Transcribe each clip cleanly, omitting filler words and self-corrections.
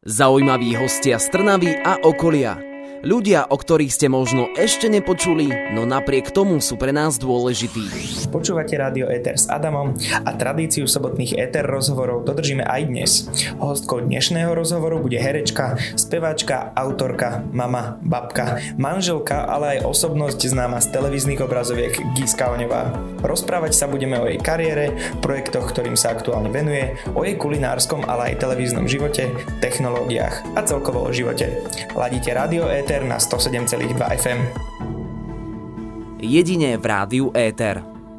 Zaujímaví hostia z Trnavy a okolia. Ľudia, o ktorých ste možno ešte nepočuli, no napriek tomu sú pre nás dôležití. Počúvate Rádio Éter s Adamom a tradíciu sobotných Éter rozhovorov dodržíme aj dnes. Hostkou dnešného rozhovoru bude herečka, speváčka, autorka, mama, babka, manželka, ale aj osobnosť známa z televíznych obrazoviek Giska Oňová. Rozprávať sa budeme o jej kariére, projektoch, ktorým sa aktuálne venuje, o jej kulinárskom, ale aj televíznom živote, technológiách a celkovo o živote. Ladíte Rádio Éter na 107,2 FM. Jedine v Rádiu Éter.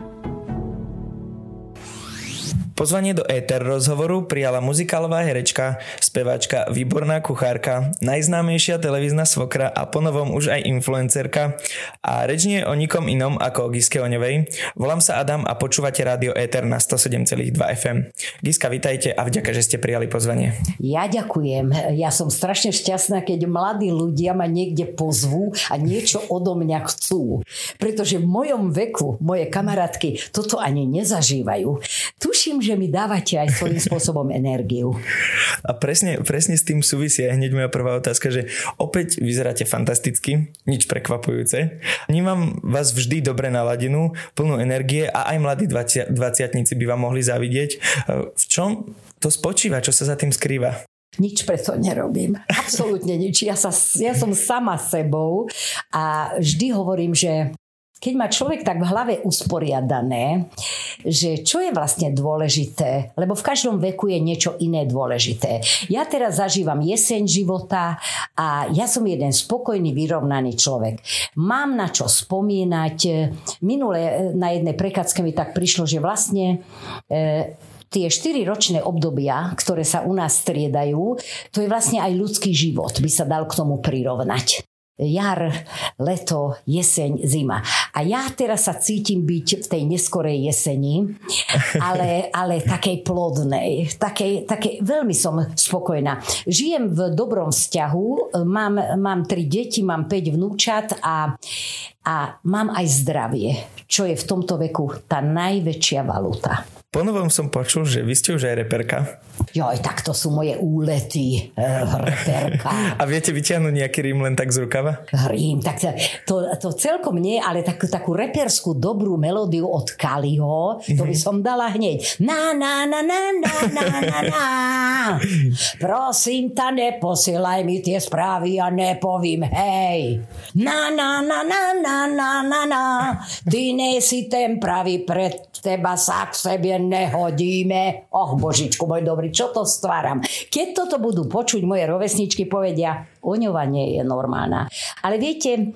Pozvanie do Éter rozhovoru prijala muzikálová herečka, speváčka, výborná kuchárka, najznámejšia televízna svokra a ponovom už aj influencerka. A reč nie je o nikom inom ako o Giske Oňovej. Volám sa Adam a počúvate Rádio Éter na 107,2 FM. Giska, vitajte a vďaka, že ste prijali pozvanie. Ja ďakujem. Ja som strašne šťastná, keď mladí ľudia ma niekde pozvú a niečo odo mňa chcú. Pretože v mojom veku, moje kamarátky toto ani nezažívajú. Tuším, že mi dávate aj svojím spôsobom energiu. A presne s tým súvisí aj hneď moja prvá otázka, že opäť vyzeráte fantasticky, nič prekvapujúce. Vnímam vás vždy dobre naladinú, plnú energie a aj mladí dvaciatnici by vám mohli závidieť. V čom to spočíva? Čo sa za tým skrýva? Nič preto nerobím. Absolútne nič. Ja som sama sebou a vždy hovorím, že keď má človek tak v hlave usporiadané, že čo je vlastne dôležité, lebo v každom veku je niečo iné dôležité. Ja teraz zažívam jeseň života a ja som jeden spokojný, vyrovnaný človek. Mám na čo spomínať. Minule na jednej prekacke mi tak prišlo, že vlastne tie 4-ročné obdobia, ktoré sa u nás striedajú, to je vlastne aj ľudský život, by sa dal k tomu prirovnať. Jar, leto, jeseň, zima. A ja teraz sa cítim byť v tej neskorej jeseni, ale takej plodnej, takej veľmi som spokojná. Žijem v dobrom vzťahu, mám 3 deti, mám 5 vnúčat a mám aj zdravie, čo je v tomto veku tá najväčšia valuta. Ponovom som počul, že vy ste už aj reperka. Joj, tak to sú moje úlety, reperka. A viete vyťahnuť nejaký rím len tak z rukava? Rím, tak to celkom nie, ale takú reperskú dobrú melódiu od Kaliho, to by som dala hneď. Na, na, na, na, na, na, na, na. Prosím ta, neposielaj mi tie správy a nepovím hej. Na, na, na, na, na, na, na, na. Ty nesi ten pravý, pred teba sa k sebe nehodíme. Och, Božičku môj dobrý, čo to stváram? Keď toto budú počuť moje rovesničky, povedia, Oňová nie je normálna. Ale viete,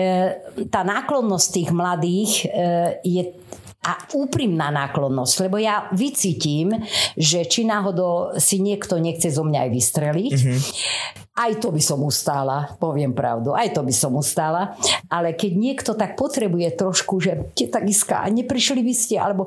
tá náklonnosť tých mladých je a úprimná náklonnosť, lebo ja vycítim, že či náhodou si niekto nechce zo mňa aj vystreliť, aj to by som ustála, poviem pravdu, aj to by som ustála, ale keď niekto tak potrebuje trošku, že teta Giska, neprišli by ste, alebo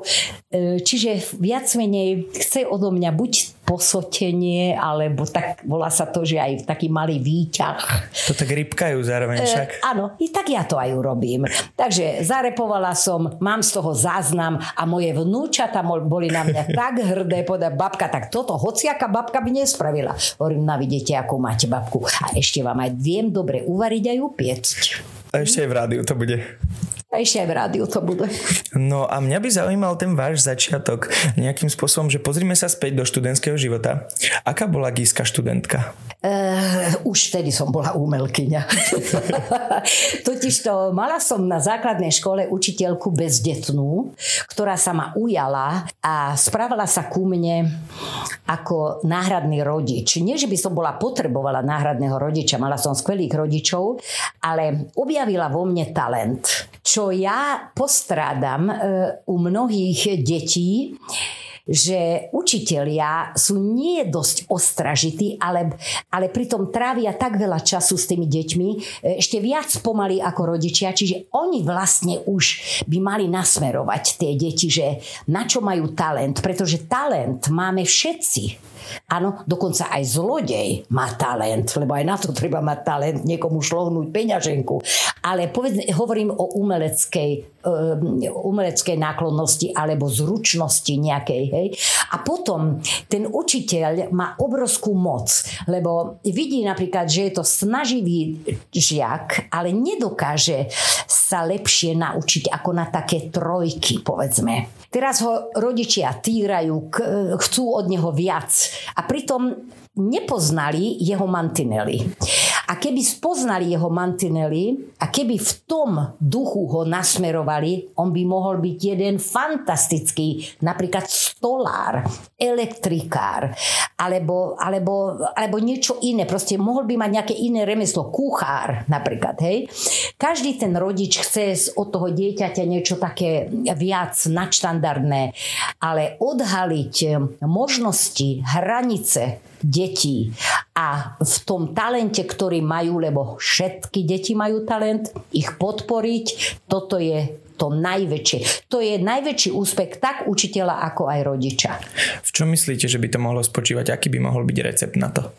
čiže viac menej chce odo mňa buď posotenie, alebo tak volá sa to, že aj taký malý výťah. To tak rybkajú zároveň však. Áno, i tak ja to aj urobím. Takže zarepovala som, mám z toho záznam a moje vnúčata boli na mňa tak hrdé, povedať, babka, tak toto hociaká babka by nespravila. Hovorím, vidíte, akú máte babku. A ešte vám aj viem dobre uvariť aj upiecť. A ešte aj v rádiu to bude. A ešte aj v rádiu to bude. No a mňa by zaujímal ten váš začiatok nejakým spôsobom, že pozrime sa späť do študentského života. Aká bola Giska študentka? Už vtedy som bola umelkyňa. Totižto mala som na základnej škole učiteľku bezdetnú, ktorá sa ma ujala a správala sa ku mne ako náhradný rodič. Nie, že by som potrebovala náhradného rodiča, mala som skvelých rodičov, ale objavila vo mne talent. Čo ja postrádam u mnohých detí, že učitelia sú nie dosť ostražití, ale pritom trávia tak veľa času s tými deťmi, ešte viac pomaly ako rodičia, čiže oni vlastne už by mali nasmerovať tie deti, že na čo majú talent, pretože talent máme všetci. Áno, dokonca aj zlodej má talent, lebo aj na to treba mať talent, niekomu šlohnúť peňaženku. Ale hovorím o umeleckej náklonnosti alebo zručnosti nejakej. Hej. A potom ten učiteľ má obrovskú moc, lebo vidí napríklad, že je to snaživý žiak, ale nedokáže sa lepšie naučiť ako na také trojky, povedzme. Teraz ho rodičia týrajú, chcú od neho viac a pritom nepoznali jeho mantinely. A keby spoznali jeho mantinely a keby v tom duchu ho nasmerovali, on by mohol byť jeden fantastický, napríklad stolár, elektrikár, alebo niečo iné. Proste mohol by mať nejaké iné remeslo, kuchár napríklad. Hej. Každý ten rodič chce od toho dieťaťa niečo také viac nadštandardné, ale odhaliť možnosti, hranice detí a v tom talente, ktorý majú, lebo všetky deti majú talent, ich podporiť, toto je to najväčšie. To je najväčší úspech tak učiteľa, ako aj rodiča. V čom myslíte, že by to mohlo spočívať? Aký by mohol byť recept na to?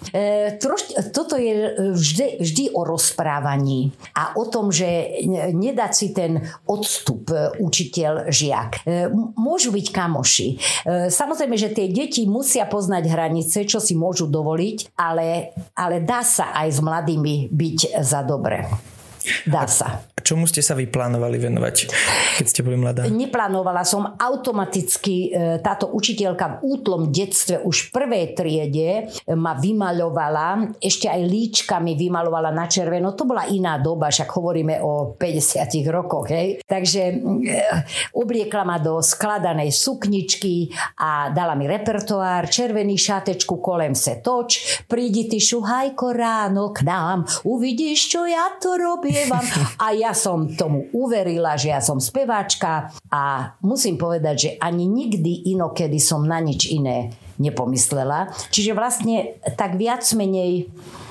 Toto je vždy o rozprávaní a o tom, že nedať si ten odstup učiteľ-žiak. Môžu byť kamoši. Samozrejme, že tie deti musia poznať hranice, čo si môžu dovoliť, ale dá sa aj s mladými byť za dobre. Dá sa. A čomu ste sa vy plánovali venovať, keď ste boli mladá? Neplánovala som automaticky. Táto učiteľka v útlom detstve už v prvej triede ma vymaľovala, ešte aj líčkami vymalovala na červeno. To bola iná doba, však hovoríme o 50 rokoch. Hej. Takže obliekla ma do skladanej sukničky a dala mi repertoár, červený šátečku, kolem se toč, prídi ty šuhajko ráno k nám, uvidíš, čo ja to robím. A ja som tomu uverila, že ja som speváčka a musím povedať, že ani nikdy inokedy som na nič iné nepomyslela. Čiže vlastne tak viac menej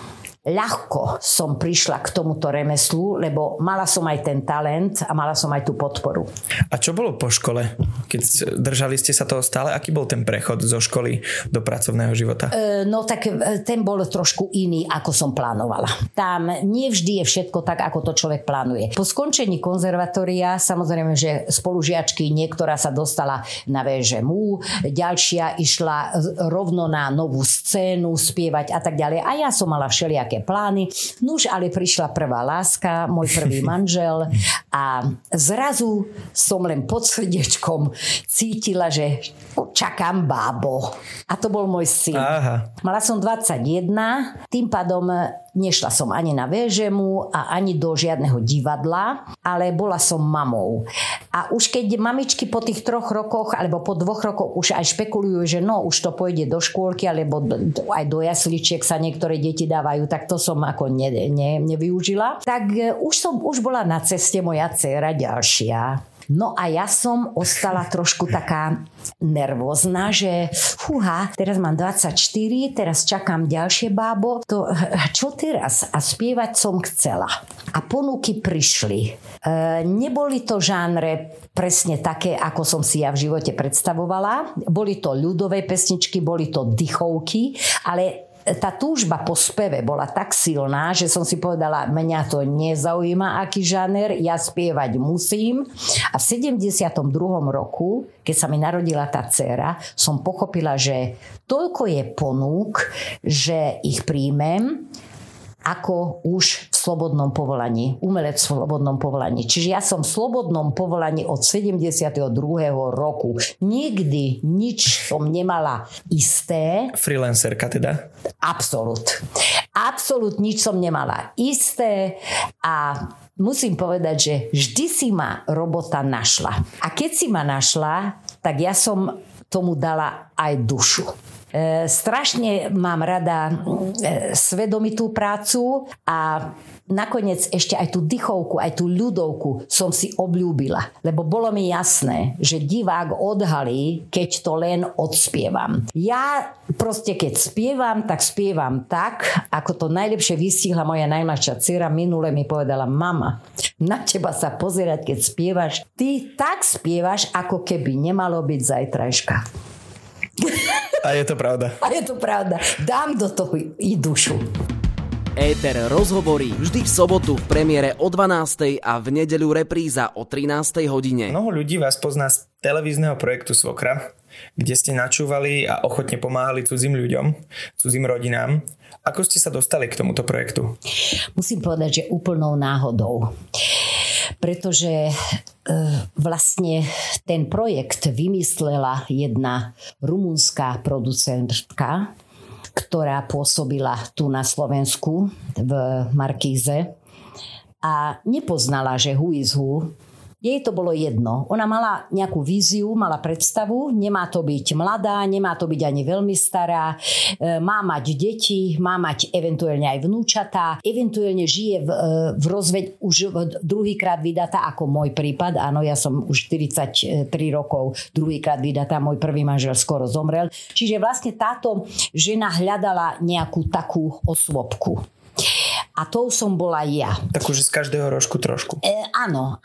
ľahko som prišla k tomuto remeslu, lebo mala som aj ten talent a mala som aj tú podporu. A čo bolo po škole? Keď držali ste sa toho stále, aký bol ten prechod zo školy do pracovného života? No tak ten bol trošku iný, ako som plánovala. Tam nie vždy je všetko tak, ako to človek plánuje. Po skončení konzervatória, samozrejme, že spolužiačky, niektorá sa dostala na VŽMU, ďalšia išla rovno na novú scénu spievať a tak ďalej. A ja som mala všelijaké plány. Nuž, ale prišla prvá láska, môj prvý manžel a zrazu som len pod srdiečkom cítila, že čakám bábo. A to bol môj syn. Aha. Mala som 21, tým pádom nešla som ani na VŽMU a ani do žiadneho divadla, ale bola som mamou. A už keď mamičky po tých 3 rokoch alebo po 2 rokoch už aj špekulujú, že no, už to pôjde do škôlky alebo aj do jasličiek sa niektoré deti dávajú, tak to som ako nevyužila. Tak už bola na ceste moja dcéra ďalšia. No a ja som ostala trošku taká nervózna, že teraz mám 24, teraz čakám ďalšie bábo, to čo teraz? A spievať som chcela. A ponuky prišli. Neboli to žánre presne také, ako som si ja v živote predstavovala. Boli to ľudové pesničky, boli to dychovky, ale tá túžba po speve bola tak silná, že som si povedala, mňa to nezaujíma, aký žáner, ja spievať musím. A v 72. roku, keď sa mi narodila tá dcéra, som pochopila, že toľko je ponúk, že ich príjmem ako už v slobodnom povolaní, umelec v slobodnom povolaní. Čiže ja som v slobodnom povolaní od 72. roku. Nikdy nič som nemala isté. Freelancerka teda? Absolút nič som nemala isté a musím povedať, že vždy si ma robota našla. A keď si ma našla, tak ja som tomu dala aj dušu. Strašne mám rada svedomitú prácu a nakoniec ešte aj tú dychovku, aj tú ľudovku som si obľúbila. Lebo bolo mi jasné, že divák odhalí, keď to len odspievam. Ja proste keď spievam tak, ako to najlepšie vystihla moja najmladšia dcera. Minule mi povedala, mama, na teba sa pozerať, keď spievaš. Ty tak spievaš, ako keby nemalo byť zajtrajška. A je to pravda. A je to pravda. Dám do toho i dušu. Éter rozhovorí vždy v sobotu v premiére o 12:00 a v nedeľu repríza o 13:00 hodine. Mnoho ľudí vás pozná z televízneho projektu Svokra, kde ste načúvali a ochotne pomáhali cudzím ľuďom, cudzím rodinám. Ako ste sa dostali k tomuto projektu? Musím povedať, že úplnou náhodou. Pretože vlastne ten projekt vymyslela jedna rumunská producentka, ktorá pôsobila tu na Slovensku v Markíze a nepoznala, že who is who. Jej to bolo jedno. Ona mala nejakú víziu, mala predstavu, nemá to byť mladá, nemá to byť ani veľmi stará, má mať deti, má mať eventuálne aj vnúčatá, eventuálne žije v rozveď už druhýkrát vydatá, ako môj prípad. Áno, ja som už 43 rokov druhýkrát vydatá, môj prvý manžel skoro zomrel. Čiže vlastne táto žena hľadala nejakú takú osôbku. A tou som bola ja. Takú, že z každého rožku trošku. Áno,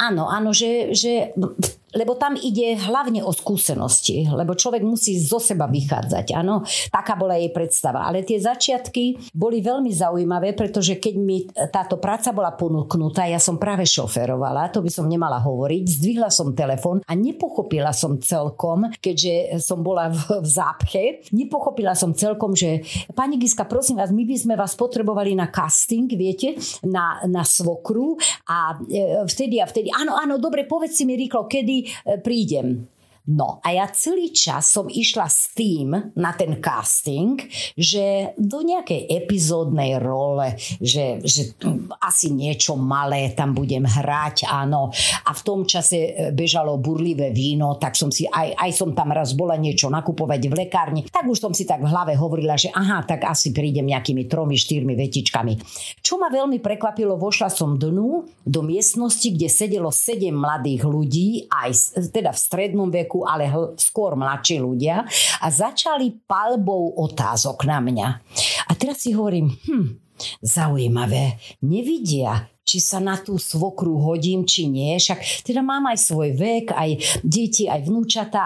že lebo tam ide hlavne o skúsenosti, lebo človek musí zo seba vychádzať, áno. Taká bola jej predstava. Ale tie začiatky boli veľmi zaujímavé, pretože keď mi táto práca bola ponúknutá, ja som práve šoférovala, to by som nemala hovoriť, zdvihla som telefon a nepochopila som celkom, keďže som bola v zápche, nepochopila som celkom, že pani Giska, prosím vás, my by sme vás potrebovali na casting, viete, na Svokru a vtedy, áno, dobre, povedz si mi rýchlo, kedy prídem. No a ja celý čas som išla s tým na ten casting, že do nejakej epizódnej role, že asi niečo malé tam budem hrať, áno. A v tom čase bežalo burlivé víno, tak som si, aj som tam raz bola niečo nakupovať v lekárni, tak už som si tak v hlave hovorila, že aha, tak asi prídem nejakými 3-4 vetičkami. Čo ma veľmi prekvapilo, vošla som dnu do miestnosti, kde sedelo 7 mladých ľudí, aj teda v strednom veku, ale skôr mladší ľudia a začali palbou otázok na mňa. A teraz si hovorím, zaujímavé, nevidia, či sa na tú svokru hodím, či nie. Však teda mám aj svoj vek, aj deti, aj vnúčata.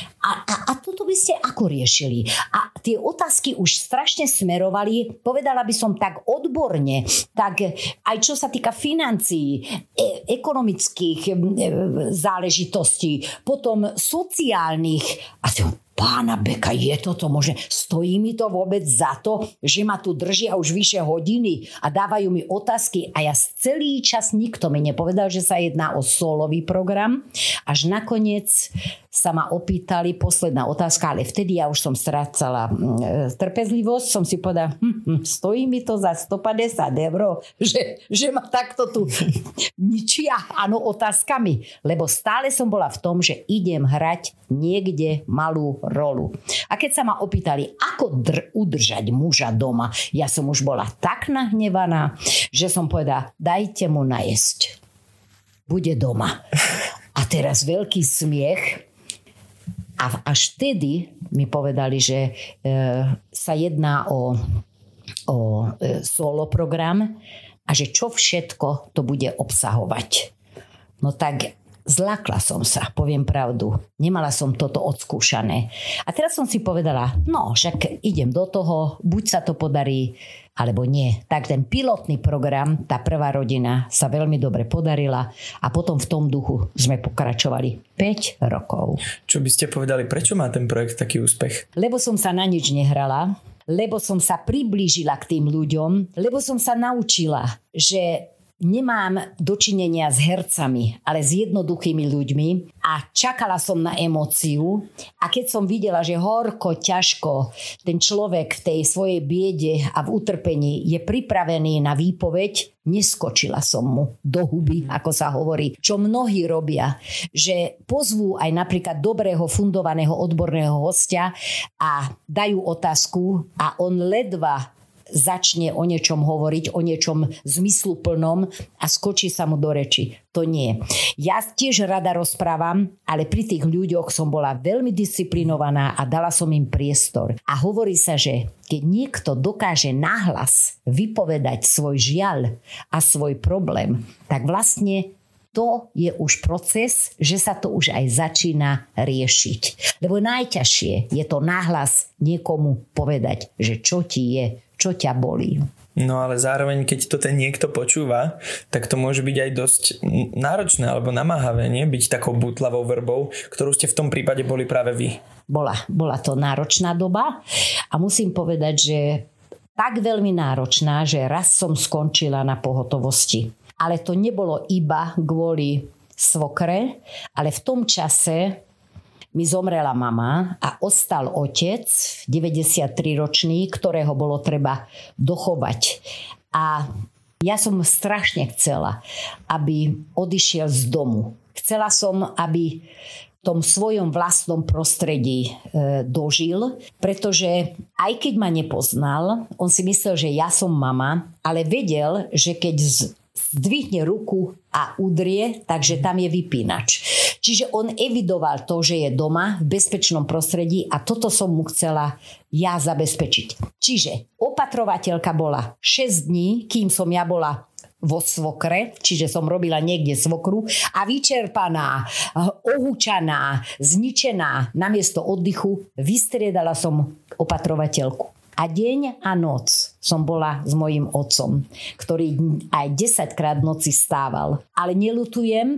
A toto by ste ako riešili? A tie otázky už strašne smerovali, povedala by som tak odborne, tak aj čo sa týka financií, ekonomických záležitostí, potom sociálnych. A Pána Beka, je toto možné? Stojí mi to vôbec za to, že ma tu držia už vyše hodiny a dávajú mi otázky a ja celý čas nikto mi nepovedal, že sa jedná o solový program. Až nakoniec sa ma opýtali, posledná otázka, ale vtedy ja už som strácala trpezlivosť, som si povedala, stojí mi to za 150 €, že ma takto tu ničia, áno, otázkami. Lebo stále som bola v tom, že idem hrať niekde malú rolu. A keď sa ma opýtali, ako udržať muža doma, ja som už bola tak nahnevaná, že som povedala, dajte mu najesť. Bude doma. A teraz veľký smiech. A až vtedy mi povedali, že sa jedná o solo program a že čo všetko to bude obsahovať. No tak zlákla som sa, poviem pravdu. Nemala som toto odskúšané. A teraz som si povedala, no však idem do toho, buď sa to podarí, alebo nie. Tak ten pilotný program, tá prvá rodina sa veľmi dobre podarila a potom v tom duchu sme pokračovali 5 rokov. Čo by ste povedali, prečo má ten projekt taký úspech? Lebo som sa na nič nehrala, lebo som sa priblížila k tým ľuďom, lebo som sa naučila, že nemám dočinenia s hercami, ale s jednoduchými ľuďmi a čakala som na emóciu a keď som videla, že horko, ťažko ten človek v tej svojej biede a v utrpení je pripravený na výpoveď, neskočila som mu do huby, ako sa hovorí, čo mnohí robia, že pozvú aj napríklad dobrého, fundovaného, odborného hostia a dajú otázku a on ledva začne o niečom hovoriť, o niečom zmysluplnom a skočí sa mu do reči. To nie. Ja tiež rada rozprávam, ale pri tých ľuďoch som bola veľmi disciplinovaná a dala som im priestor. A hovorí sa, že keď niekto dokáže nahlas vypovedať svoj žiaľ a svoj problém, tak vlastne to je už proces, že sa to už aj začína riešiť. Lebo najťažšie je to nahlas niekomu povedať, že čo ti je, čo ťa bolí. No ale zároveň, keď to ten niekto počúva, tak to môže byť aj dosť náročné alebo namáhavé, nie? Byť takou bútlavou verbou, ktorú ste v tom prípade boli práve vy. Bola to náročná doba a musím povedať, že tak veľmi náročná, že raz som skončila na pohotovosti. Ale to nebolo iba kvôli svokre, ale v tom čase mi zomrela mama a ostal otec, 93-ročný, ktorého bolo treba dochovať. A ja som strašne chcela, aby odišiel z domu. Chcela som, aby v tom svojom vlastnom prostredí dožil, pretože aj keď ma nepoznal, on si myslel, že ja som mama, ale vedel, že keď zdvihne ruku a udrie, takže tam je vypínač. Čiže on evidoval to, že je doma v bezpečnom prostredí a toto som mu chcela ja zabezpečiť. Čiže opatrovateľka bola 6 dní, kým som ja bola vo svokre, čiže som robila niekde svokru a vyčerpaná, ohúčaná, zničená, namiesto oddychu vystriedala som opatrovateľku. A deň a noc som bola s mojím otcom, ktorý aj 10-krát v noci stával. Ale neľutujem,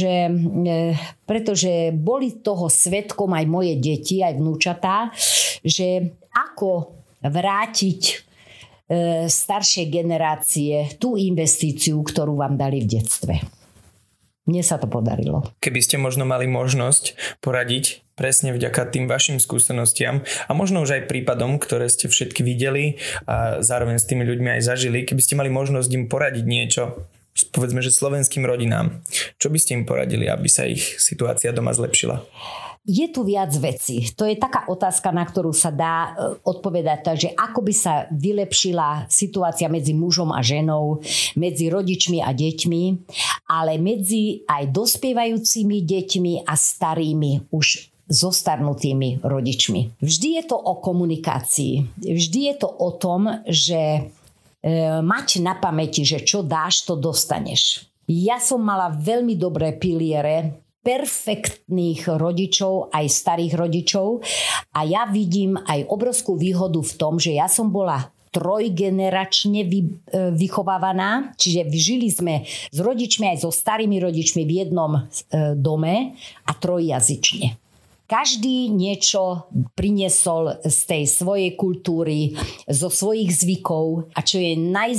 pretože boli toho svedkom aj moje deti, aj vnúčatá, že ako vrátiť staršie generácie tú investíciu, ktorú vám dali v detstve. Mne sa to podarilo. Keby ste možno mali možnosť poradiť presne vďaka tým vašim skúsenostiam a možno už aj prípadom, ktoré ste všetky videli a zároveň s tými ľuďmi aj zažili, keby ste mali možnosť im poradiť niečo, povedzme, že slovenským rodinám, čo by ste im poradili, aby sa ich situácia doma zlepšila? Je tu viac vecí. To je taká otázka, na ktorú sa dá odpovedať. Takže ako by sa vylepšila situácia medzi mužom a ženou, medzi rodičmi a deťmi, ale medzi aj dospievajúcimi deťmi a starými už zostarnutými rodičmi. Vždy je to o komunikácii. Vždy je to o tom, že mať na pamäti, že čo dáš, to dostaneš. Ja som mala veľmi dobré piliere perfektných rodičov, aj starých rodičov a ja vidím aj obrovskú výhodu v tom, že ja som bola trojgeneračne vychovávaná, čiže žili sme s rodičmi aj so starými rodičmi v jednom dome a trojjazyčne. Každý niečo priniesol z tej svojej kultúry, zo svojich zvykov a čo je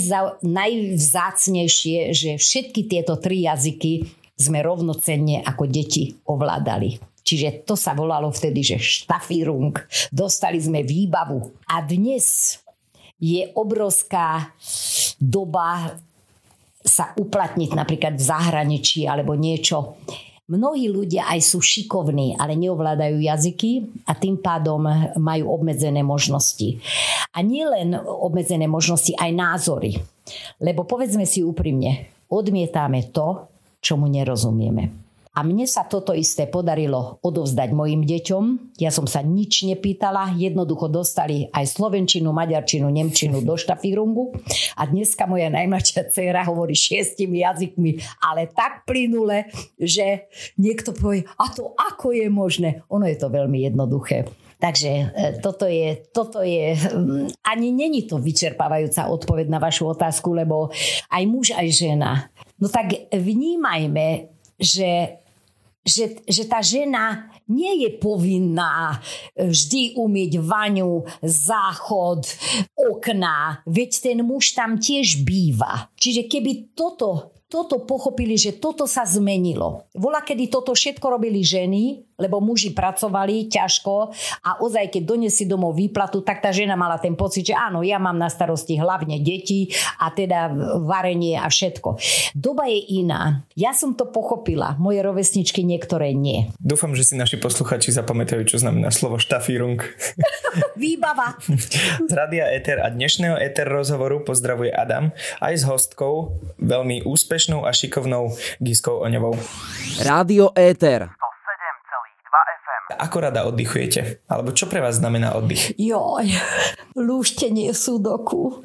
najvzácnejšie, že všetky tieto 3 jazyky sme rovnocenne ako deti ovládali. Čiže to sa volalo vtedy, že štafírung. Dostali sme výbavu. A dnes je obrovská doba sa uplatniť napríklad v zahraničí alebo niečo. Mnohí ľudia aj sú šikovní, ale neovládajú jazyky a tým pádom majú obmedzené možnosti. A nie len obmedzené možnosti, aj názory. Lebo povedzme si úprimne, odmietame to, čomu nerozumieme. A mne sa toto isté podarilo odovzdať mojim deťom. Ja som sa nič nepýtala, jednoducho dostali aj slovenčinu, maďarčinu, nemčinu do štafírungu. A dneska moja najmladšia dcéra hovorí 6 jazykmi, ale tak plynule, že niekto povie, a to ako je možné? Ono je to veľmi jednoduché. Takže toto je ani není to vyčerpávajúca odpoveď na vašu otázku, lebo aj muž, aj žena. No tak vnímajme, že tá žena nie je povinná vždy umyť vaňu, záchod, okná. Veď ten muž tam tiež býva. Čiže keby toto pochopili, že toto sa zmenilo. Volakedy toto všetko robili ženy, lebo muži pracovali ťažko a ozaj, keď donesli domov výplatu, tak tá žena mala ten pocit, že áno, ja mám na starosti hlavne deti a teda varenie a všetko. Doba je iná. Ja som to pochopila, moje rovesničky niektoré nie. Dúfam, že si naši posluchači zapamätajú, čo znamená slovo štafírung. Výbava. Z Rádia Éter a dnešného Éter rozhovoru pozdravuje Adam aj s hostkou, veľmi úspešnou a šikovnou Giskou Oňovou. Rádio Éter. ako rada oddychujete? Alebo čo pre vás znamená oddych? Joj, lúštenie sudoku.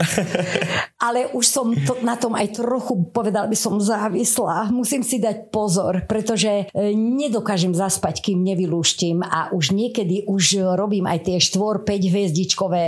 Ale už som na tom aj trochu, povedal by som, závislá. Musím si dať pozor, pretože nedokážem zaspať, kým nevylúštim a už niekedy robím aj tie 4-5 hviezdičkové,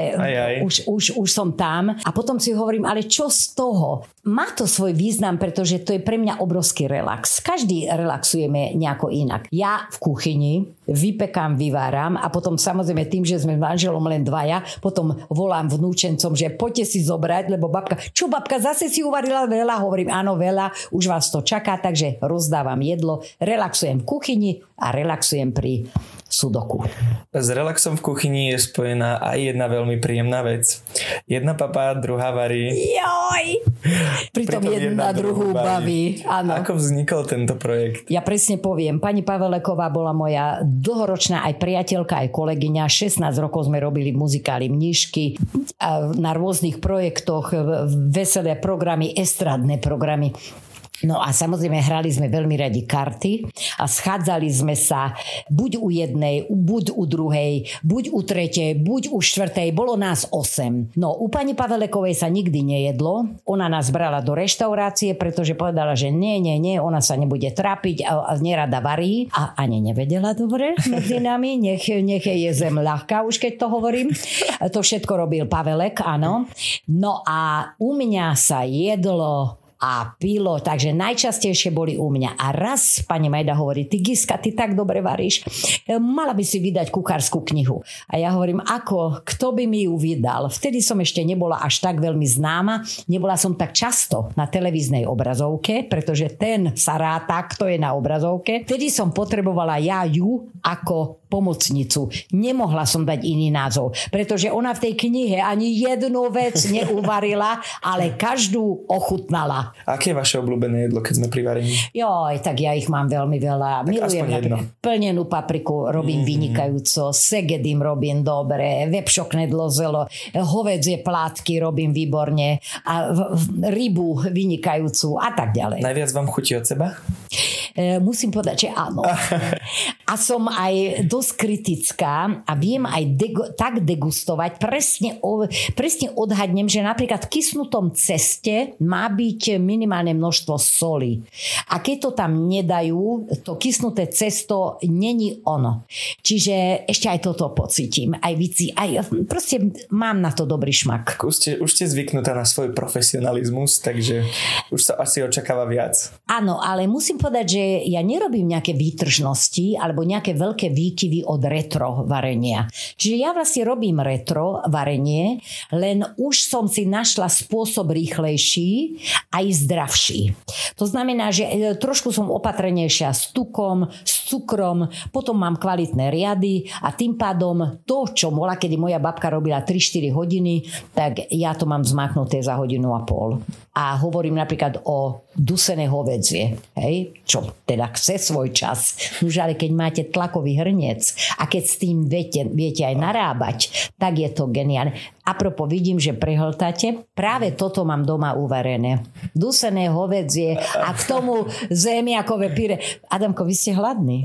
už som tam a potom si hovorím, ale čo z toho? Má to svoj význam, pretože to je pre mňa obrovský relax. Každý relaxujeme nejako inak. Ja v kuchyni vypekám, vyváram a potom samozrejme tým, že sme manželom len dvaja, potom volám vnúčencom, že poďte si zobrať, lebo babka, čo babka, zase si uvarila veľa? Hovorím, áno, veľa, už vás to čaká, takže rozdávam jedlo, relaxujem v kuchyni a relaxujem pri sudoku. S relaxom v kuchyni je spojená aj jedna veľmi príjemná vec. Jedna papá, druhá varí. Joj! Pritom jedna druhú baví. Áno. Ako vznikol tento projekt? Ja presne poviem. Pani Paveleková bola moja dlhoročná aj priateľka, aj kolegyňa. 16 rokov sme robili muzikály Mníšky na rôznych projektoch, veselé programy, estradné programy. No a samozrejme hrali sme veľmi radi karty a schádzali sme sa buď u jednej, buď u druhej, buď u tretej, buď u štvrtej. Bolo nás 8. No u pani Pavelekovej sa nikdy nejedlo. Ona nás brala do reštaurácie, pretože povedala, že nie, ona sa nebude trápiť a nerada varí. A ani nevedela dobre medzi nami. Nech je zem ľahká, už keď to hovorím. To všetko robil Pavelek, áno. No a u mňa sa jedlo a pilo, takže najčastejšie boli u mňa. A raz pani Majda hovorí, ty Giska, ty tak dobre varíš, mala by si vydať kuchárskú knihu. A ja hovorím, ako, kto by mi ju vydal? Vtedy som ešte nebola až tak veľmi známa, nebola som tak často na televíznej obrazovke, pretože ten sa ráta, kto je na obrazovke. Vtedy som potrebovala ja ju ako pomocnicu. Nemohla som dať iný názov, pretože ona v tej knihe ani jednu vec neuvarila, ale každú ochutnala. Aké je vaše obľúbené jedlo, keď sme pri varení? Joj, tak ja ich mám veľmi veľa. Tak milujem plnenú papriku, robím vynikajúco, segedím robím dobre, vepšok nedlozelo, hovädzie plátky robím výborne a rybu vynikajúcu a tak ďalej. Najviac vám chutí od seba? Musím povedať, že áno. A som aj dosť kritická a viem aj tak degustovať. Presne odhadnem, že napríklad v kysnutom ceste má byť minimálne množstvo soli. A keď to tam nedajú, to kysnuté cesto není ono. Čiže ešte aj toto pocítim. Proste mám na to dobrý šmak. Už ste zvyknutá na svoj profesionalizmus, takže už sa asi očakáva viac. Áno, ale musím povedať, že ja nerobím nejaké výtržnosti alebo nejaké veľké výkyvy od retro varenia. Čiže ja vlastne robím retro varenie, len už som si našla spôsob rýchlejší aj zdravší. To znamená, že trošku som opatrnejšia s tukom, s cukrom, potom mám kvalitné riady a tým pádom to, čo bola, kedy moja babka robila 3-4 hodiny, tak ja to mám zmaknuté za 1,5 hodiny. A hovorím napríklad o dusené hovädzie, hej, čo teda chce svoj čas. Už ale keď máte tlakový hrniec a keď s tým viete aj narábať, tak je to geniálne. Apropo, vidím, že prehltáte. Práve toto mám doma uvarené. Dusené hovädzie a k tomu zemiakové pyré. Adamko, vy ste hladní?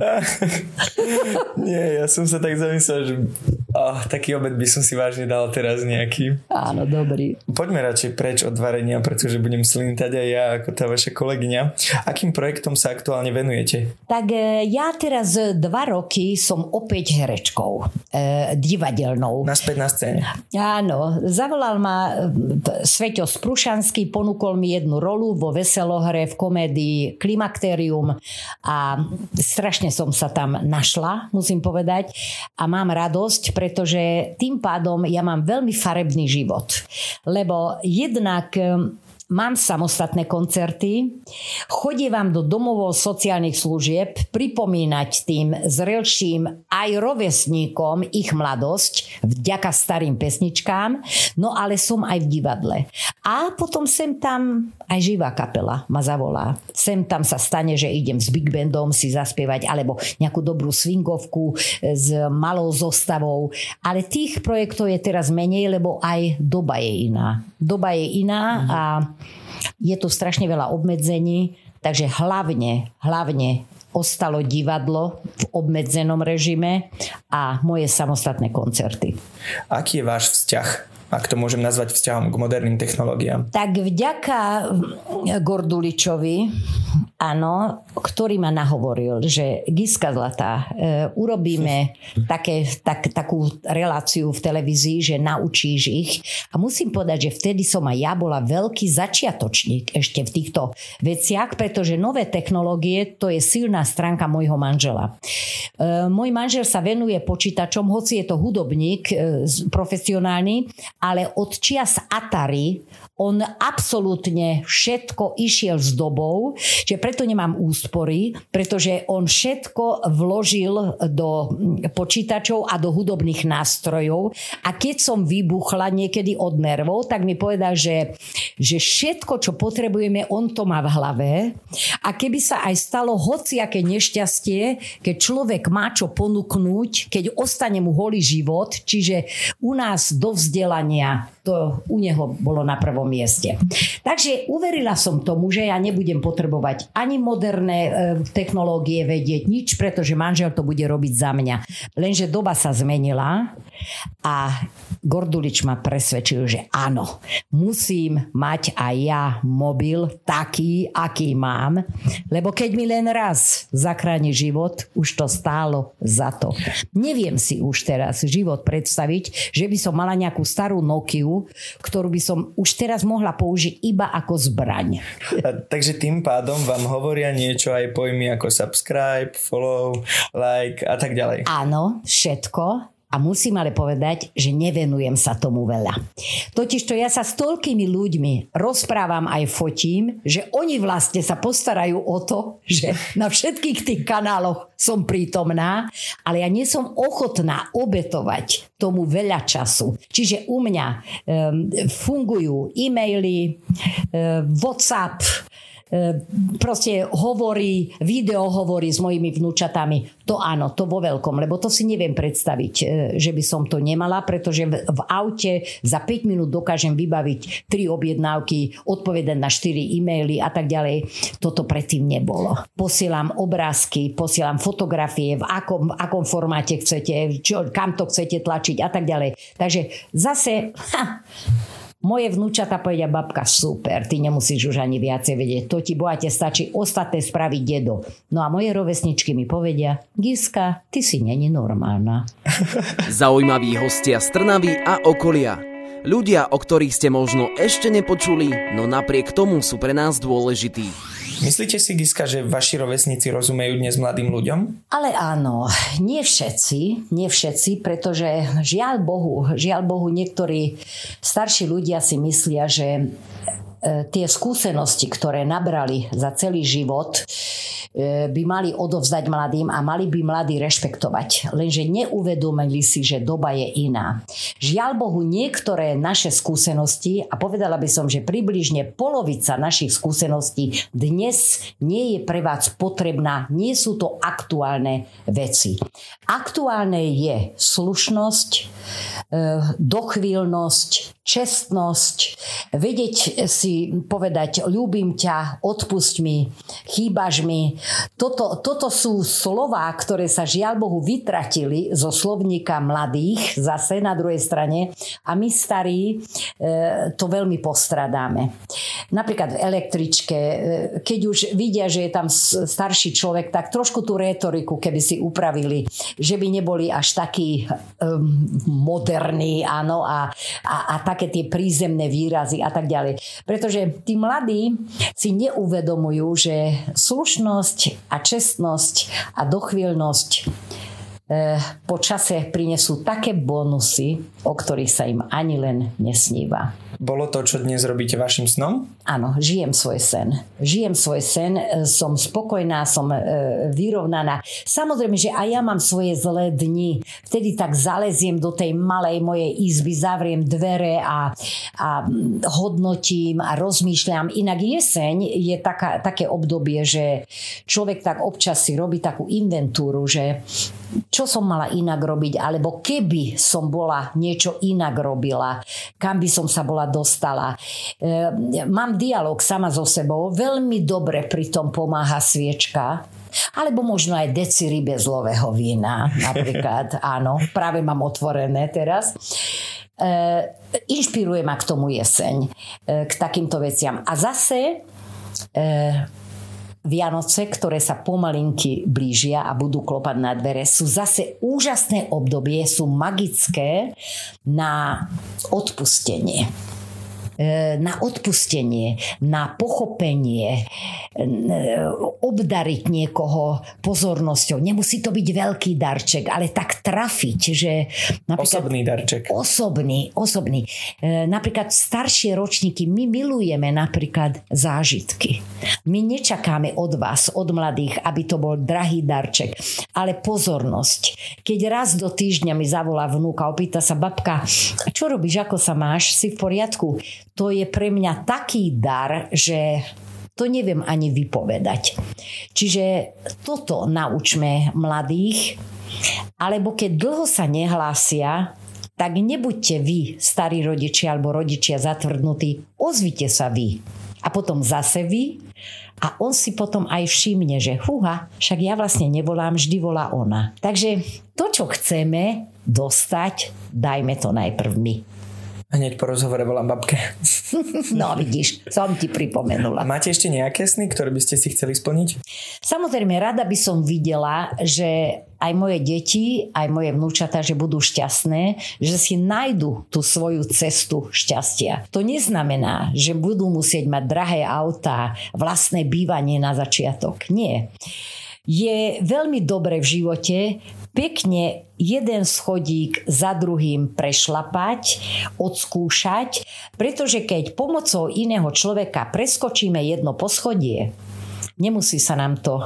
Nie, ja som sa tak zamyslel, že taký obed by som si vážne dal teraz nejaký. Áno, dobrý. Poďme radšej preč od varenia, pretože budem slintať aj ja ako tá vaša kolegyňa. Akým projektom sa aktuálne venujete? Tak ja teraz 2 roky som opäť herečkou. Divadelnou. Naspäť na scéne. Áno, zavolal ma Sveťo Sprušanský, ponúkol mi jednu rolu vo veselohre v komédii Klimakterium a strašne som sa tam našla, musím povedať, a mám radosť, pretože tým pádom ja mám veľmi farebný život, lebo jednak mám samostatné koncerty, chodievam do domovov sociálnych služieb pripomínať tým zrelším aj rovesníkom ich mladosť vďaka starým pesničkám, no ale som aj v divadle. A potom sem tam aj živá kapela ma zavolá. Sem tam sa stane, že idem s big bandom si zaspievať alebo nejakú dobrú swingovku s malou zostavou. Ale tých projektov je teraz menej, lebo aj doba je iná. Doba je iná a je tu strašne veľa obmedzení, takže hlavne ostalo divadlo v obmedzenom režime a moje samostatné koncerty. Aký je váš vzťah, ak to môžem nazvať vzťahom k moderným technológiám? Tak vďaka Gorduličovi, áno, ktorý ma nahovoril, že Giska zlatá, urobíme takú reláciu v televízii, že naučíš ich. A musím povedať, že vtedy som aj ja bola veľký začiatočník ešte v týchto veciach, pretože nové technológie, to je silná stránka môjho manžela. Môj manžel sa venuje počítačom, hoci je to hudobník profesionálny, ale od čias Atari on absolútne všetko išiel s dobou, že preto nemám úspory, pretože on všetko vložil do počítačov a do hudobných nástrojov a keď som vybuchla niekedy od nervov, tak mi povedal, že všetko, čo potrebujeme, on to má v hlave a keby sa aj stalo hociaké nešťastie, keď človek má čo ponúknuť, keď ostane mu holý život, čiže u nás do vzdelania, to u neho bolo na prvom mieste. Takže uverila som tomu, že ja nebudem potrebovať ani moderné technológie vedieť, nič, pretože manžel to bude robiť za mňa. Lenže doba sa zmenila a Gordulič ma presvedčil, že áno, musím mať aj ja mobil taký, aký mám, lebo keď mi len raz zachráni život, už to stálo za to. Neviem si už teraz život predstaviť, že by som mala nejakú starú Nokiu, ktorú by som už teraz mohla použiť iba ako zbraň. Takže tým pádom vám hovoria niečo aj pojmy ako subscribe, follow, like a tak ďalej. Áno, všetko. A musím ale povedať, že nevenujem sa tomu veľa. Totižto ja sa s toľkými ľuďmi rozprávam aj fotím, že oni vlastne sa postarajú o to, že na všetkých tých kanáloch som prítomná, ale ja nie som ochotná obetovať tomu veľa času. Čiže u mňa fungujú e-maily, WhatsApp, proste video hovorí s mojimi vnúčatami. To áno, to vo veľkom, lebo to si neviem predstaviť, že by som to nemala, pretože v aute za 5 minút dokážem vybaviť 3 objednávky, odpovedať na 4 e-maily a tak ďalej. Toto predtým nebolo. Posielam obrázky, posielam fotografie, v akom formáte chcete, kam to chcete tlačiť a tak ďalej. Takže zase... Moje vnúčata povedia, babka, super, ty nemusíš už ani viacej vedieť. To ti bohate stačí ostatné spraviť dedo. No a moje rovesničky mi povedia, Giska, ty si neni normálna. Zaujímaví hostia z Trnavy a okolia. Ľudia, o ktorých ste možno ešte nepočuli, no napriek tomu sú pre nás dôležití. Myslíte si, Giska, že vaši rovesníci rozumejú dnes mladým ľuďom? Ale áno, nie všetci, pretože žiaľ Bohu, niektorí starší ľudia si myslia, že tie skúsenosti, ktoré nabrali za celý život, by mali odovzdať mladým a mali by mladí rešpektovať. Lenže neuvedomili si, že doba je iná. Žiaľ Bohu, niektoré naše skúsenosti, a povedala by som, že približne polovica našich skúseností dnes nie je pre vás potrebná, nie sú to aktuálne veci. Aktuálne je slušnosť, dochvíľnosť, čestnosť, vedieť si povedať ľúbim ťa, odpusť mi, chýbaš mi. Toto sú slová, ktoré sa žiaľ Bohu vytratili zo slovníka mladých zase na druhej strane a my starí to veľmi postradáme. Napríklad v električke, keď už vidia, že je tam starší človek, tak trošku tú rétoriku, keby si upravili, že by neboli až takí moderní, áno, a také tie prízemné výrazy a tak ďalej. Pretože tí mladí si neuvedomujú, že slušnosť a čestnosť a dochvíľnosť po čase prinesú také bonusy, o ktorých sa im ani len nesníva. Bolo to, čo dnes robíte, vašim snom? Áno, žijem svoj sen, som spokojná, som vyrovnaná. Samozrejme, že aj ja mám svoje zlé dni. Vtedy tak zaleziem do tej malej mojej izby, zavriem dvere a hodnotím a rozmýšľam. Inak jeseň je také obdobie, že človek tak občas si robí takú inventúru, že čo som mala inak robiť, alebo keby som bola niečo inak robila, kam by som sa bola dostala. Mám dialog sama so sebou, veľmi dobre pri tom pomáha sviečka, alebo možno aj deci rybezlového vína, napríklad, áno, práve mám otvorené teraz. Inšpiruje ma k tomu jeseň, k takýmto veciam. A zase Vianoce, ktoré sa pomalinky blížia a budú klopať na dvere, sú zase úžasné obdobie, sú magické na odpustenie. Na pochopenie, obdariť niekoho pozornosťou. Nemusí to byť veľký darček, ale tak trafiť, že napríklad osobný darček. Osobný. Napríklad staršie ročníky, my milujeme napríklad zážitky. My nečakáme od vás, od mladých, aby to bol drahý darček, ale pozornosť. Keď raz do týždňa mi zavolá vnúk a opýta sa: babka, čo robíš, ako sa máš, si v poriadku? To je pre mňa taký dar, že to neviem ani vypovedať. Čiže toto naučme mladých, alebo keď dlho sa nehlásia, tak nebuďte vy, starí rodičia alebo rodičia zatvrdnutí, ozvite sa vy. A potom zase vy, a on si potom aj všimne, že však ja vlastne nevolám, vždy volá ona. Takže to, čo chceme dostať, dajme to najprv my. Hneď po rozhovore volám babke. No vidíš, som ti pripomenula. Máte ešte nejaké sny, ktoré by ste si chceli splniť? Samozrejme, rada by som videla, že aj moje deti, aj moje vnúčatá, že budú šťastné, že si nájdu tú svoju cestu šťastia. To neznamená, že budú musieť mať drahé autá, vlastné bývanie na začiatok. Nie. Je veľmi dobre v živote pekne jeden schodík za druhým prešlapať, odskúšať, pretože keď pomocou iného človeka preskočíme jedno poschodie, nemusí sa nám to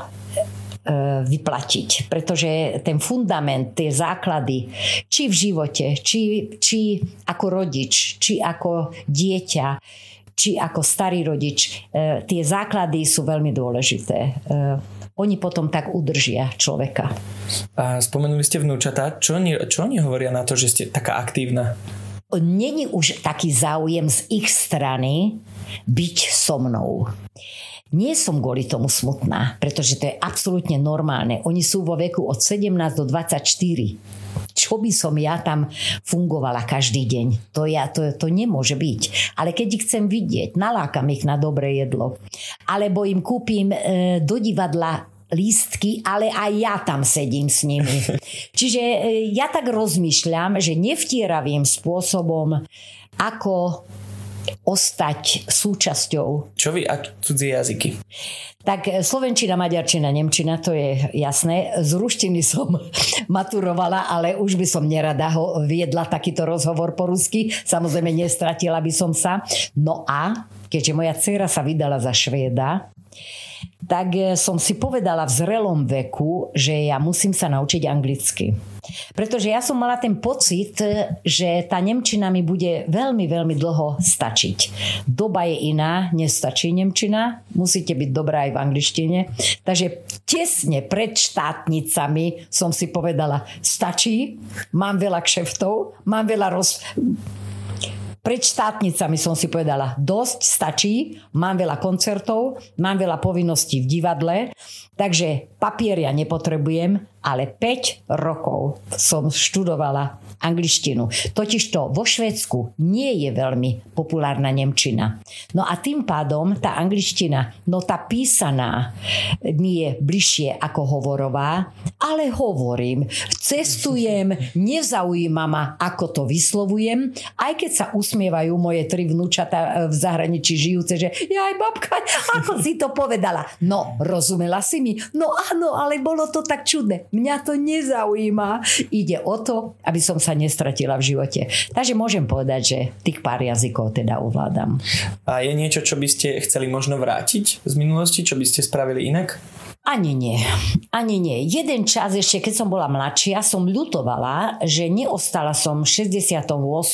vyplatiť, pretože ten fundament, tie základy, či v živote, či ako rodič, či ako dieťa, či ako starý rodič, tie základy sú veľmi dôležité. Oni potom tak udržia človeka. A spomenuli ste vnúčatá. Čo oni hovoria na to, že ste taká aktívna? Není už taký záujem z ich strany byť so mnou. Nie som kvôli tomu smutná, pretože to je absolútne normálne. Oni sú vo veku od 17 do 24. Čo by som ja tam fungovala každý deň? To nemôže byť. Ale keď ich chcem vidieť, nalákam ich na dobré jedlo. Alebo im kúpim do divadla lístky, ale aj ja tam sedím s nimi. Čiže ja tak rozmýšľam, že nevtieravým spôsobom, ako ostať súčasťou. Čo vy a cudzie jazyky? Tak slovenčina, maďarčina, nemčina, to je jasné. Z ruštiny som maturovala, ale už by som nerada viedla takýto rozhovor po rusky. Samozrejme, nestratila by som sa. No a keďže moja dcéra sa vydala za Švéda, tak som si povedala v zrelom veku, že ja musím sa naučiť anglicky. Pretože ja som mala ten pocit, že tá nemčina mi bude veľmi, veľmi dlho stačiť. Doba je iná, nestačí nemčina, musíte byť dobrá aj v angličtine. Takže tesne pred štátnicami som si povedala, stačí, mám veľa kšeftov, mám veľa Pred štátnicami som si povedala, dosť, stačí, mám veľa koncertov, mám veľa povinností v divadle, takže papier ja nepotrebujem, ale 5 rokov som študovala angličtinu. Totižto vo Švédsku nie je veľmi populárna nemčina. No a tým pádom tá angličtina, no tá písaná mi je bližšie ako hovorová, ale hovorím, cestujem, nezaujíma ma, ako to vyslovujem, aj keď sa usmievajú moje 3 vnúčata v zahraničí žijúce, že jaj babka, ako si to povedala? No, rozumela si mi? No áno, ale bolo to tak čudné. Mňa to nezaujíma. Ide o to, aby som sa nestratila v živote. Takže môžem povedať, že tých pár jazykov teda ovládam. A je niečo, čo by ste chceli možno vrátiť z minulosti? Čo by ste spravili inak? Ani nie. Jeden čas ešte, keď som bola mladšia, som ľutovala, že neostala som v 68.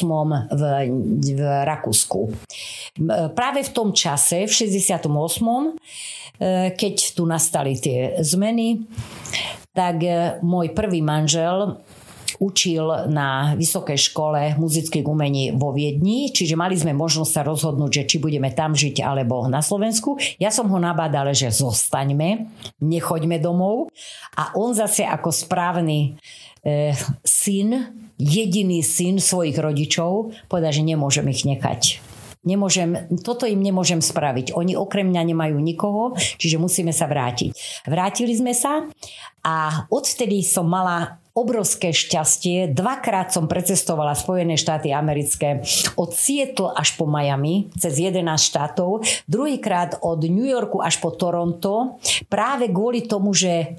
v Rakúsku. Práve v tom čase, v 68., keď tu nastali tie zmeny, tak môj prvý manžel učil na vysokej škole muzických umení vo Viedni, čiže mali sme možnosť sa rozhodnúť, že či budeme tam žiť alebo na Slovensku. Ja som ho nabádala, že zostaňme, nechoďme domov, a on zase ako správny syn, jediný syn svojich rodičov, povedal, že nemôžem ich nechať. Toto im nemôžem spraviť. Oni okrem mňa nemajú nikoho, čiže musíme sa vrátiť. Vrátili sme sa a odtedy som mala obrovské šťastie. 2-krát som precestovala Spojené štáty americké od Seattle až po Miami, cez 11 štátov. Druhýkrát od New Yorku až po Toronto, práve kvôli tomu, že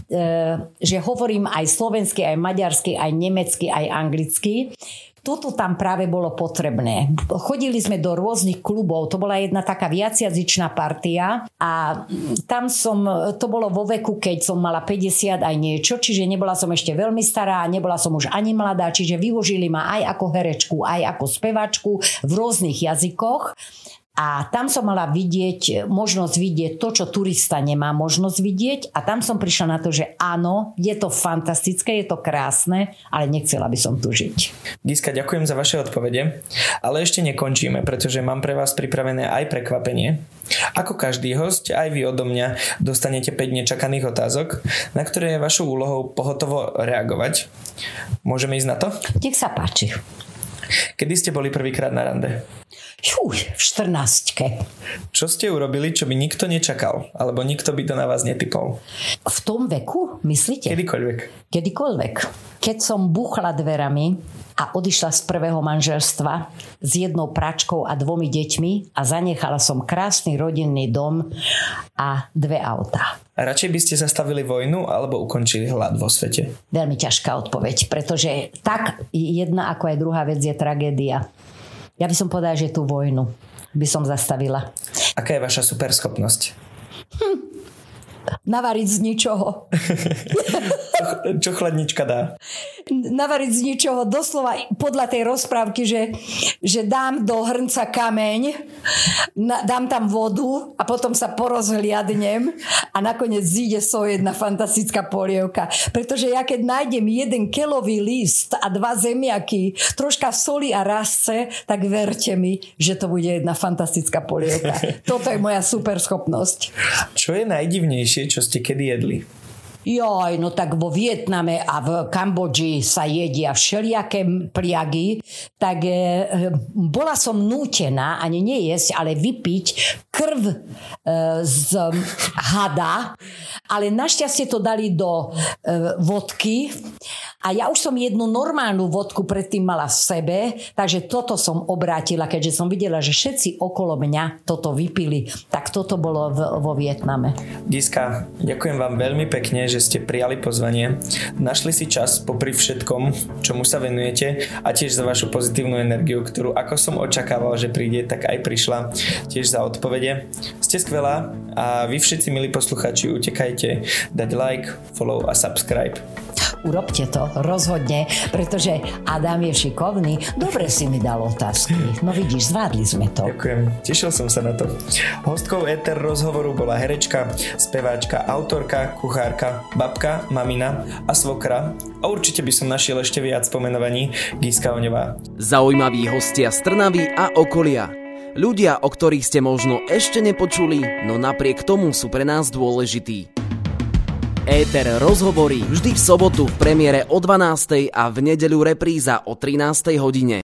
hovorím aj slovensky, aj maďarsky, aj nemecky, aj anglicky. Toto tam práve bolo potrebné. Chodili sme do rôznych klubov, to bola jedna taká viacjazyčná partia a tam to bolo vo veku, keď som mala 50 aj niečo, čiže nebola som ešte veľmi stará, nebola som už ani mladá, čiže využili ma aj ako herečku, aj ako spevačku v rôznych jazykoch. A tam som mala možnosť vidieť to, čo turista nemá možnosť vidieť, a tam som prišla na to, že áno, je to fantastické, je to krásne, ale nechcela by som tu žiť. Giska, ďakujem za vaše odpovede, ale ešte nekončíme, pretože mám pre vás pripravené aj prekvapenie. Ako každý hosť, aj vy odo mňa dostanete 5 nečakaných otázok, na ktoré je vašou úlohou pohotovo reagovať. Môžeme ísť na to? Nech sa páči. Kedy ste boli prvýkrát na rande? V 14-ke. Čo ste urobili, čo by nikto nečakal? Alebo nikto by to na vás netypol? V tom veku, myslíte? Kedykoľvek. Keď som buchla dverami a odišla z prvého manželstva s 1 pračkou a 2 deťmi a zanechala som krásny rodinný dom a 2 autá. A radšej by ste zastavili vojnu alebo ukončili hlad vo svete? Veľmi ťažká odpoveď, pretože tak jedna ako aj druhá vec je tragédia. Ja by som povedala, že tú vojnu by som zastavila. Aká je vaša superschopnosť? Navariť z ničoho. Čo chladnička dá? Navariť z ničoho, doslova podľa tej rozprávky, že dám do hrnca kameň, dám tam vodu a potom sa porozhliadnem a nakoniec zíde jedna fantastická polievka. Pretože ja keď nájdem 1 kelový list a 2 zemiaky, troška soli a rastce, tak verte mi, že to bude jedna fantastická polievka. Toto je moja superschopnosť. Čo je najdivnejšie, čo ste kedy jedli? Joj, no tak vo Vietname a v Kambodži sa jedia všelijaké pliagy, tak bola som nútená ani nejesť, ale vypiť krv z hada, ale našťastie to dali do vodky a ja už som jednu normálnu vodku predtým mala v sebe, takže toto som obrátila, keďže som videla, že všetci okolo mňa toto vypili, tak toto bolo vo Vietname. Giska, ďakujem vám veľmi pekne, že ste prijali pozvanie, našli si čas popri všetkom, čomu sa venujete, a tiež za vašu pozitívnu energiu, ktorú ako som očakával, že príde, tak aj prišla, tiež za odpovede. Ste skvelá a vy všetci, milí posluchači, utekajte dať like, follow a subscribe. Urobte to, rozhodne, pretože Adam je šikovný. Dobre si mi dal otázky. No vidíš, zvládli sme to. Ďakujem, tešil som sa na to. Hostkou Éter rozhovoru bola herečka, speváčka, autorka, kuchárka, babka, mamina a svokra. A určite by som našiel ešte viac pomenovaní. Giska Oňová. Zaujímaví hostia z Trnavy a okolia. Ľudia, o ktorých ste možno ešte nepočuli, no napriek tomu sú pre nás dôležití. Éter rozhovory vždy v sobotu v premiére o 12:00 a v nedeľu repríza o 13:00 hodine.